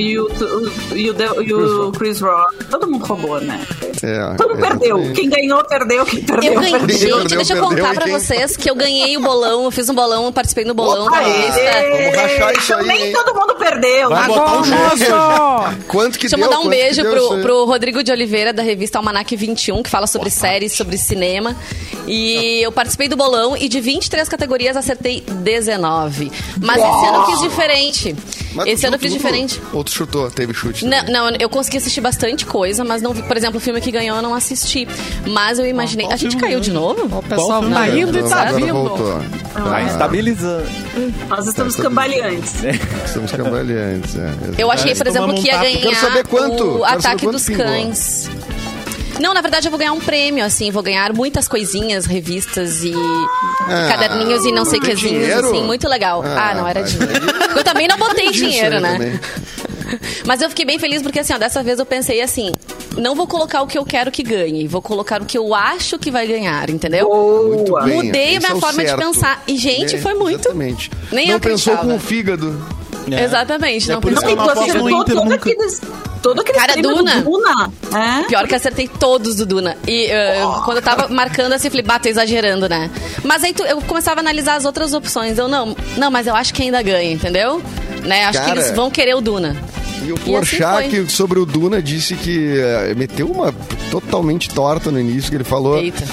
E o Chris Rock. Todo mundo roubou, né? Todo mundo perdeu. exatamente. Quem ganhou, perdeu. Quem perdeu, Eu ganhei, perdeu. gente, deixa eu contar pra vocês que eu ganhei o bolão, eu fiz um bolão, participei no bolão da revista. Vamos rachar isso aí, Nem hein? todo mundo perdeu. Vai botar um cheque. Quanto que Deixa eu deu? mandar um Quanto que beijo deu isso aí? pro Rodrigo de Oliveira, da revista Almanac 21, que fala sobre séries, sobre cinema. E eu participei do bolão e de 23 categorias acertei 19. Mas esse ano eu fiz diferente. Mas Esse tu ano eu fiz tudo? diferente. Ou tu chutou? Teve chute? Não, eu consegui assistir bastante coisa, mas não vi. Por exemplo, o filme que ganhou eu não assisti. Mas eu imaginei. A gente caiu de novo? O pessoal filme tá é? indo e tá Agora vindo. voltou. Tá estabilizando. Nós estamos cambaleantes. Estamos cambaleantes. Eu achei, por exemplo, que ia ganhar Quero saber quanto. o Quero saber Ataque quanto dos pingou. Cães. Não, na verdade eu vou ganhar um prêmio, assim, vou ganhar muitas coisinhas, revistas e caderninhos e não sei que dinheiro? assim, muito legal. Não era dinheiro. Eu também não botei dinheiro, né? Também. Mas eu fiquei bem feliz porque, assim, ó, dessa vez eu pensei assim, não vou colocar o que eu quero que ganhe, vou colocar o que eu acho que vai ganhar, entendeu? Muito bem. Mudei a Esse minha é o forma de certo. pensar. E, gente, foi muito. Exatamente. Nem não eu pensou acreditava. com o fígado. Exatamente, não por isso pensei. que eu não aposto no Inter nunca. Todo aquele Cara, prêmio Duna. do Duna. É? Pior que acertei todos do Duna. E quando eu tava marcando assim, eu falei, tô exagerando, né? Mas aí eu começava a analisar as outras opções. Eu, não, mas eu acho que ainda ganha, entendeu? Né? Acho que Cara, eles vão querer o Duna. E o E assim Porchat, foi. que sobre o Duna, disse que meteu uma totalmente torta no início, que ele falou... Eita.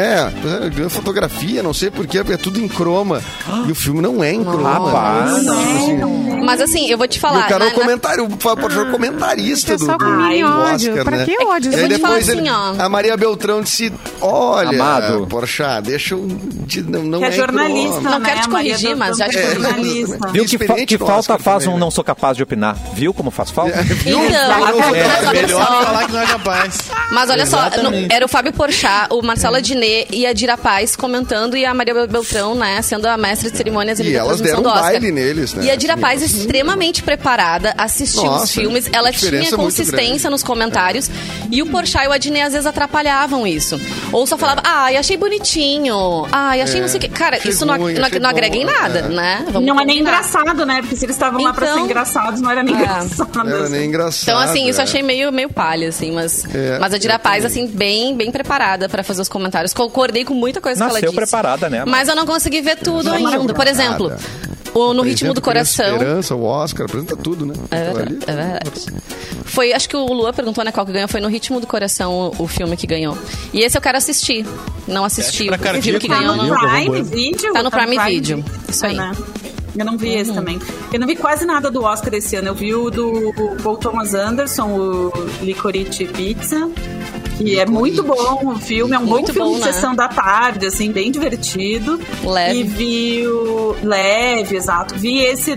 Ganha fotografia, não sei porquê, porque é tudo em croma. E o filme não é em croma. Rapaz. Né? Tipo assim, Mas assim, eu vou te e falar. o cara é o comentário, o Porchat é o comentarista do pessoal com mini ódio. Oscar, Pra né? que ódio? E aí Eu vou te falar depois assim, ó. a Maria Beltrão disse, olha, Amado. Porchat, deixa eu... Não Que é em jornalista, croma. Não quero te né? Maria corrigir, mas já te Beltrão, corrigi. jornalista. Viu que Experiente no falta Oscar faz também, um né? não sou capaz de opinar. Viu como faz falta? Então, É olha melhor só. falar que não é capaz. Mas olha só, Exatamente. era o Fábio Porchat, o Marcelo Adnet e a Dira Paz comentando e a Maria Beltrão, né, sendo a mestre de cerimônias ali E da elas transmissão deram do Oscar. baile neles, né? E a Dira Assim, Paz extremamente preparada, assistiu Nossa, os filmes, ela diferença tinha muito consistência grande. nos comentários e o Porchat e o Adnet às vezes atrapalhavam isso. Ou só falava, achei bonitinho, achei não sei o que. Cara, achei isso não, ruim, não, achei não agrega em bom, nada, é. né? Vamos Não é nem combinar. engraçado, né? Porque se eles estavam lá pra ser Então- engraçados, não era nem engraçado. Não era nem engraçado. Então, assim, isso eu é. achei meio palha, assim, mas a Dira eu Paz, também. assim, bem preparada pra fazer os comentários. Concordei com muita coisa que ela Nasceu disse. preparada, né? Mas eu não consegui ver tudo Nasceu ainda. Por exemplo, No Ritmo do Coração. Esperança, o Oscar, apresenta tudo, né? É verdade, é verdade. Foi, acho que o Lua perguntou, né, qual que ganhou. Foi No Ritmo do Coração o filme que ganhou. E esse eu quero assistir. Não assisti. pra O filme que cardíaco, ganhou, Tá não. no Não. Prime Video? Tá no Prime Video. Isso aí. Né? Eu não vi esse também. Eu não vi quase nada do Oscar esse ano. Eu vi o do Paul Thomas Anderson, o Licorice Pizza, que é muito bom o filme. É um Muito bom filme bom, de né? sessão da tarde, assim, bem divertido. Leve. E vi o... Leve, exato. Vi esse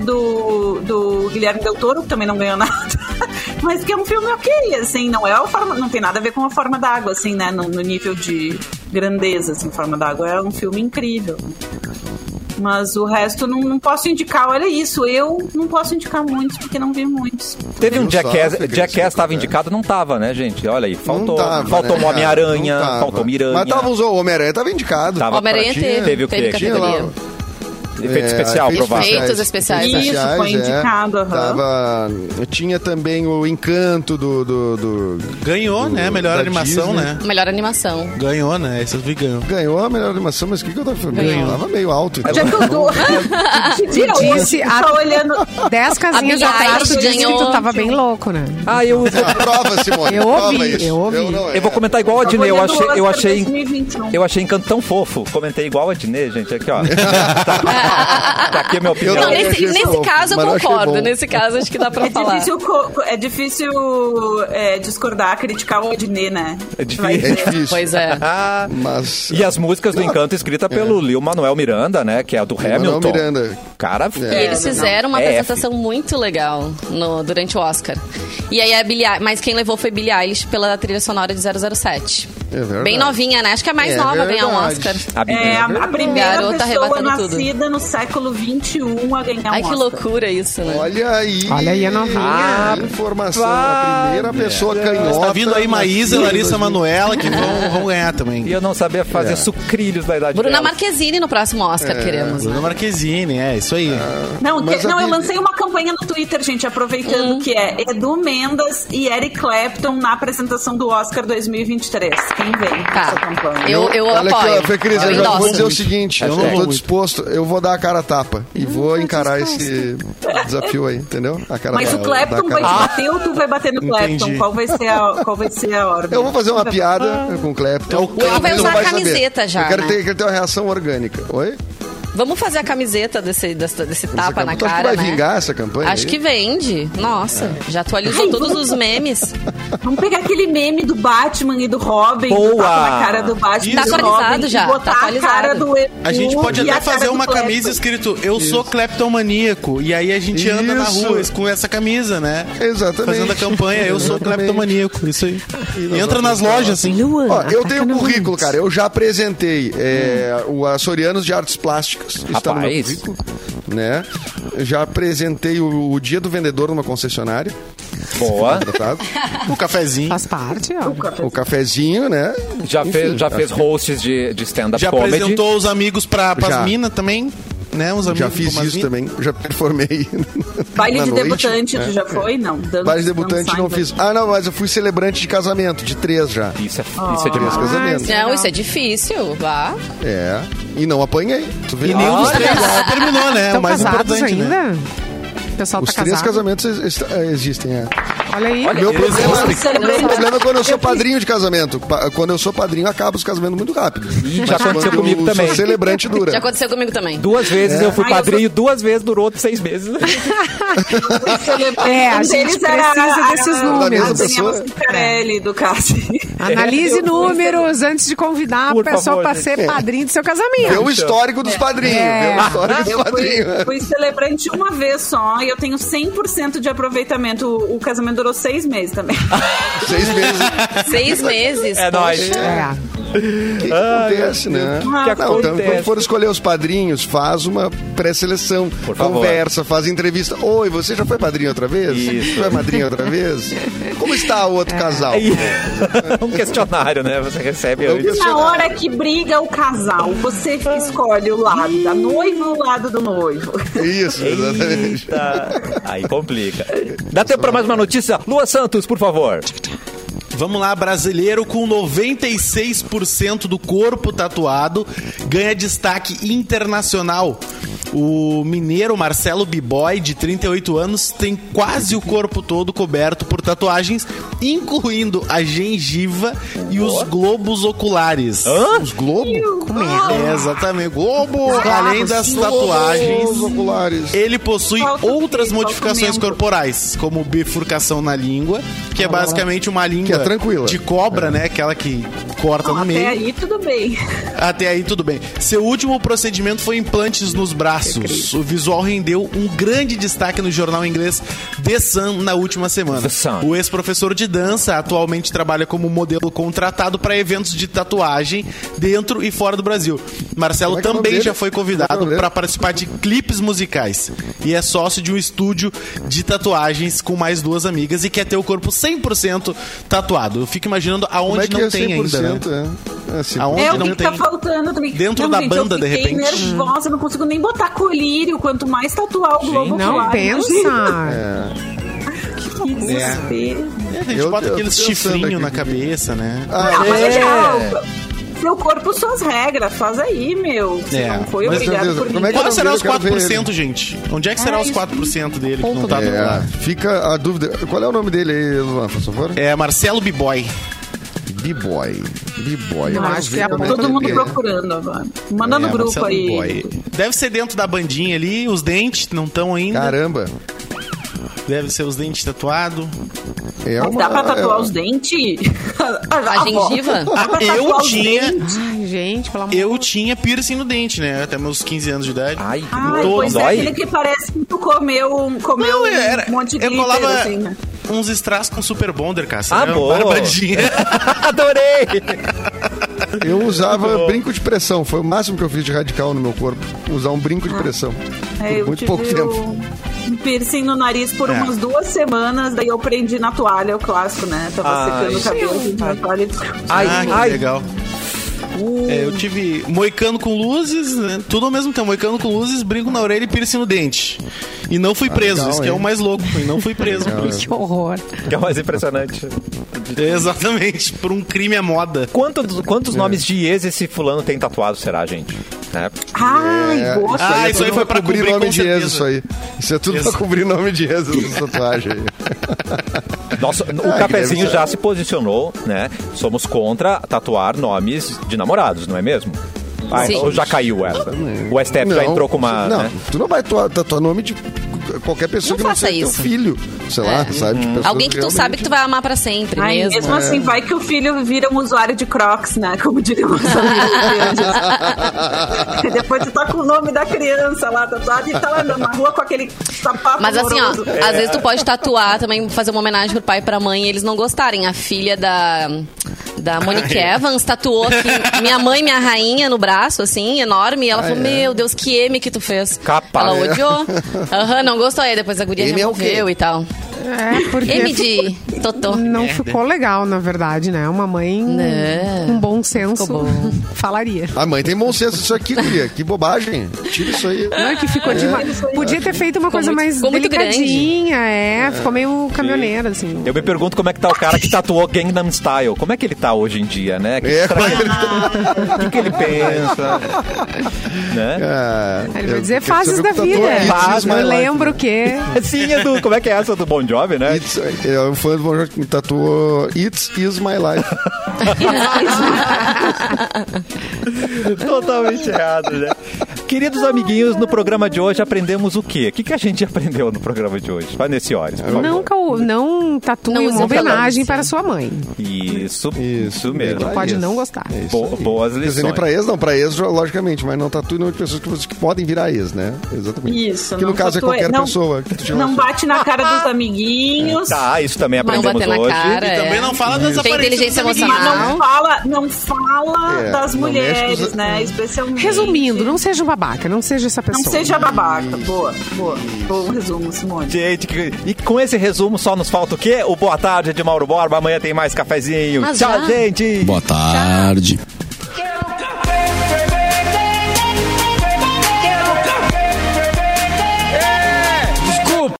do Guilherme Del Toro, que também não ganhou nada. Mas que é um filme ok, assim, não é a forma... Não tem nada a ver com a Forma d'Água, assim, né? No nível de grandeza, assim, Forma d'Água é um filme incrível. Mas o resto não posso indicar. Olha isso, eu não posso indicar muitos, porque não vi muitos. Teve um Não Jackass. sabe, Jackass estava indicado, não tava, né, gente? Olha aí, faltou. Não tava, Faltou né? o Homem-Aranha, Não tava. faltou o Miranha. Mas tava o Homem-Aranha, tava indicado. Tava. Homem-Aranha Tinha- Teve o quê? Tinha lá, categoria. Efeito especial, efeitos provável. Efeitos especiais, né? Isso, foi indicado, aham. Tava, tinha também o Encanto do Ganhou, né? Melhor da animação, Disney. né? Melhor animação. Ganhou, né? Esse eu vi ganhou. Ganhou a melhor animação, mas o que eu tava falando? Ganhou. Tava meio alto. Então. Já que eu tô... Tira disse hoje, a- tá olhando... 10 casinhas A Billie atrás, tu Eilish disse que ganhou. tu tava bem louco, né? Prova, Simone. Eu prova ouvi, isso. eu ouvi. não- Eu vou comentar igual a Adnet. Eu olhando o achei, Oscar 2021. eu achei Encanto tão fofo. Comentei igual a Adnet, gente. Aqui, ó. Tá aqui a minha opinião. Não, nesse caso eu concordo. Nesse caso acho que dá pra falar. É difícil discordar, criticar o Ednei, né? É difícil. Pois é. Mas... E as músicas do Encanto escritas pelo Lin-Manuel Miranda, né? Que é a do Hamilton. Miranda. Cara, E eles fizeram uma apresentação muito legal durante o Oscar. E aí mas quem levou foi Billie Eilish pela trilha sonora de 007. É verdade. Bem novinha, né? Acho que é a mais nova a ganhar um Oscar. A primeira Garota pessoa nascida tudo. no século XXI a ganhar um Oscar. Ai, que loucura isso, né? Olha aí a novinha. Informação. A primeira pessoa canhota. Tá vindo aí Maísa e Larissa Manoela que vão ganhar também. E eu não sabia fazer sucrilhos da idade Bruna dela. Marquezine no próximo Oscar, queremos. Bruna Marquezine, isso aí. Eu lancei uma campanha no Twitter, gente, aproveitando que é Edu Mendes e Eric Clapton na apresentação do Oscar 2023. Quem vem essa campanha? Eu Olha apoio. aqui, ó, Fê Cris, eu já vou dizer o seguinte, eu não tô muito. disposto, eu vou dar a cara a tapa e vou encarar esse desafio aí, entendeu? A cara Mas o Clapton vai te bater ou tu vai bater no Clapton? Qual vai ser a ordem? Eu vou fazer uma piada com o Clapton. O Clapton vai usar não a camiseta saber. já, Eu quero né? ter uma reação orgânica. Oi? Vamos fazer a camiseta desse tapa na Tu acha cara, que vai né? vingar essa campanha? Acho aí? que vende. Nossa, já atualizou todos os memes. Vamos pegar aquele meme do Batman e do Robin, Boa! do tapa na cara do Batman Tá e do atualizado Robin, já, e botar tá atualizado. a cara do Edu A gente pode e até a cara fazer do uma Clapton. camisa escrito Eu sou cleptomaníaco. E aí a gente anda na Isso. rua com essa camisa, né? Exatamente. Fazendo a campanha Eu sou Exatamente. cleptomaníaco. Isso aí. nós Entra vamos nas falar. lojas, assim. Ó, eu tenho um currículo, cara. Eu já apresentei o Açorianos de Artes Plásticas. Está no meu Rapaz. currículo, né? Já apresentei o Dia do Vendedor numa concessionária. Boa. Tratado. O cafezinho. Faz parte, ó. O cafezinho, né? Já fez hosts de stand-up Já comedy. apresentou os amigos pras Já. minas também, né? Os amigos Já fiz pra umas isso minas. também. Já performei. Baile na de noite. debutante, tu já foi? Não. Baile de debutante não fiz. Ah, não, mas eu fui celebrante de casamento, de 3 já. Isso é 3 demais. casamentos. Não, isso é difícil. Vá. É. E não apanhei. Tu vê? E nenhum dos três terminou, né? Estão O mais casados importante, ainda? né? O pessoal Os tá 3 casado. casamentos existem, é. Olha aí. Meu problema é quando eu sou Eu fiz- padrinho de casamento. Quando eu sou padrinho, acaba os casamentos muito rápido. Ih, já Mas aconteceu quando comigo eu também. sou celebrante dura. Já aconteceu comigo também. 2 vezes eu fui Ai, eu padrinho, 2 vezes durou 6 meses. A gente precisa desses Da mesma números. pessoa. Cicarelli, do Cassi. Analise números antes de convidar Por a pessoa favor, para gente. ser padrinho do seu casamento. Vê o histórico dos padrinhos. Vê o histórico dos padrinhos. Fui celebrante uma vez só e eu tenho 100% de aproveitamento. O casamento durou 6 meses também. 6 meses. 6 meses. É nóis. É. O que acontece, né? que Não, então, acontece? quando for escolher os padrinhos, faz uma pré-seleção, favor. conversa, faz entrevista. Oi, você já foi padrinho outra vez? Isso. Foi madrinha outra vez? Como está o outro casal? Aí, um questionário, né? Você recebe antes. Na hora que briga o casal, você escolhe o lado da noiva ou o lado do noivo. Isso, exatamente. Eita. Aí complica. Dá tempo para mais uma notícia? Lua Santos, por favor. Vamos lá, brasileiro com 96% do corpo tatuado ganha destaque internacional. O mineiro Marcelo B-Boy, de 38 anos, tem quase o corpo todo coberto por tatuagens, incluindo a gengiva e os globos oculares. Os globos? É, exatamente. Globo, além das tatuagens. Os oculares. Ele possui Falta outras o quê? modificações Falta o membro. corporais, como bifurcação na língua, que é basicamente uma língua Que é tranquila. de cobra, né? Aquela que corta no Até meio. aí, tudo bem. Até aí tudo bem. Seu último procedimento foi implantes nos braços. O visual rendeu um grande destaque no jornal inglês The Sun na última semana. The Sun. O ex-professor de dança atualmente trabalha como modelo contratado para eventos de tatuagem dentro e fora do Brasil. Marcelo Como é que é o nome também dele? já foi Como é que é o convidado nome dele? para participar de clipes musicais e é sócio de um estúdio de tatuagens com mais 2 amigas e quer ter o corpo 100% tatuado. Eu fico imaginando Como aonde é que não é tem ainda, né? 100%? É, assim, Aonde É o não que tá tem. faltando também. Dentro Não, da gente, banda, eu de fiquei repente. nervosa, não consigo nem botar colírio, quanto mais tatuar o globo Não ocular. pensa. Que desespero. A gente Eu- bota eu aqueles tô pensando chifrinhos aqui. na cabeça, né? Ah, mas é real. Seu corpo, suas regras. Faz aí, meu. Você É, não foi mas, obrigado Deus, por como é ninguém. que Qual será os eu quero ver 4%, gente? Onde é que será os 4% dele que não tá É, tatuado? fica a dúvida. Qual é o nome dele aí, Luan, por favor? É Marcelo B-Boy. B-Boy. Eu acho que é todo mundo procurando agora. Manda no grupo aí. B-Boy. Deve ser dentro da bandinha ali, os dentes não estão ainda. Caramba. Deve ser os dentes tatuados. Dá pra tatuar os dentes? A gengiva? Eu tinha... Ai, gente, pelo amor de Eu Deus. tinha piercing no dente, né? Até meus 15 anos de idade. Ai, Pois é, dói. aquele que parece que tu comeu um monte de eu glitter, colava assim, né? uns strass com Super Bonder, cara. Boa. Barbadinha. Adorei! Eu usava brinco de pressão. Foi o máximo que eu fiz de radical no meu corpo. Usar um brinco de pressão. Eu Por muito tive pouco tempo. um piercing no nariz por umas 2 semanas, daí eu prendi na toalha, o clássico, né? Tava secando o cabelo, prendi na toalha e... Que legal. Eu tive moicano com luzes, né? Tudo ao mesmo tempo. Moicano com luzes, brinco na orelha e piercing no dente. E não fui preso, legal, isso que é o mais louco. E não fui preso por isso. Que horror. Que é o mais impressionante. Exatamente, por um crime à moda. Quantos nomes de ex esse fulano tem tatuado, será, gente? Né? Ai, boa. Isso aí foi pra cobrir cobrir nome com de ex, certeza. isso aí. Isso é tudo Isso. pra cobrir nome de ex, essa tatuagem aí. Nossa, o que Cafezinho deve ser. já se posicionou, né? Somos contra tatuar nomes de namorados, não é mesmo? Sim. Ou já caiu essa? O STF já entrou com uma... Não, né? tu não vai tatuar nome de qualquer pessoa Não que não faça seja teu isso. filho. Sei lá, sabe? De pessoa Alguém que tu sabe que tu vai amar pra sempre Ai, mesmo. mesmo assim, vai que o filho vira um usuário de Crocs, né? Como diriam os amigos. E depois tu tá com o nome da criança lá tatuado e tá lá andando na rua com aquele sapato Mas assim, ó, horroroso. às vezes tu pode tatuar também, fazer uma homenagem pro pai e pra mãe e eles não gostarem. A filha da Monique Evans tatuou aqui, minha mãe, minha rainha, no braço, assim, enorme. E ela falou, meu Deus, que M que tu fez. Capaz. Ela odiou. Não gostou. Aí depois a guria M é o quê? removeu e tal. Porque M de Totô. não ficou legal, na verdade, né? Uma mãe com bom senso Ficou bom. falaria. A mãe tem bom senso. Isso aqui, guria. Que bobagem. Tira isso aí. Não é que ficou demais. Podia ter feito uma coisa muito- mais ficou muito delicadinha, ficou meio caminhoneiro, assim. Eu me pergunto como é que tá o cara que tatuou Gangnam Style. Como é que ele tá hoje em dia, né? Que o que ele pensa? Né? Ele vai dizer fases da vida. Eu lembro que... Sim, Edu, como é que é essa do Bon Jovi, né? É um fã do Bon Jovi que me tatuou It's Is My Life. Totalmente errado, né? Queridos amiguinhos, no programa de hoje aprendemos o quê? O que a gente aprendeu no programa de hoje? Vai nesse horas, por favor. Não tatue Não use uma homenagem violência. para sua mãe. Isso mesmo. Pra Pode ex. não gostar. É isso aí. Boas Quer dizer, lições. nem pra ex, não. Pra ex, logicamente. Mas não tatue nome de pessoas que podem virar ex, né? Exatamente. Isso, Que no não caso é tatua- qualquer não- pessoa. Que tu te Não relaciona. bate na cara dos amiguinhos. Tá, isso também Não aprendemos bater na hoje. cara. E também não fala das Tem aparências inteligência dos amiguinhos. emocional. Mas não fala É, das não mexe mulheres, com os- né? Especialmente. Resumindo, não seja um babaca, não seja essa Não pessoa. seja babaca. Boa. Bom resumo, Simone. Gente, e com esse resumo só nos falta o quê? O Boa Tarde de Mauro Borba. Amanhã tem mais cafezinho. Mas Tchau, já? gente! Boa tarde.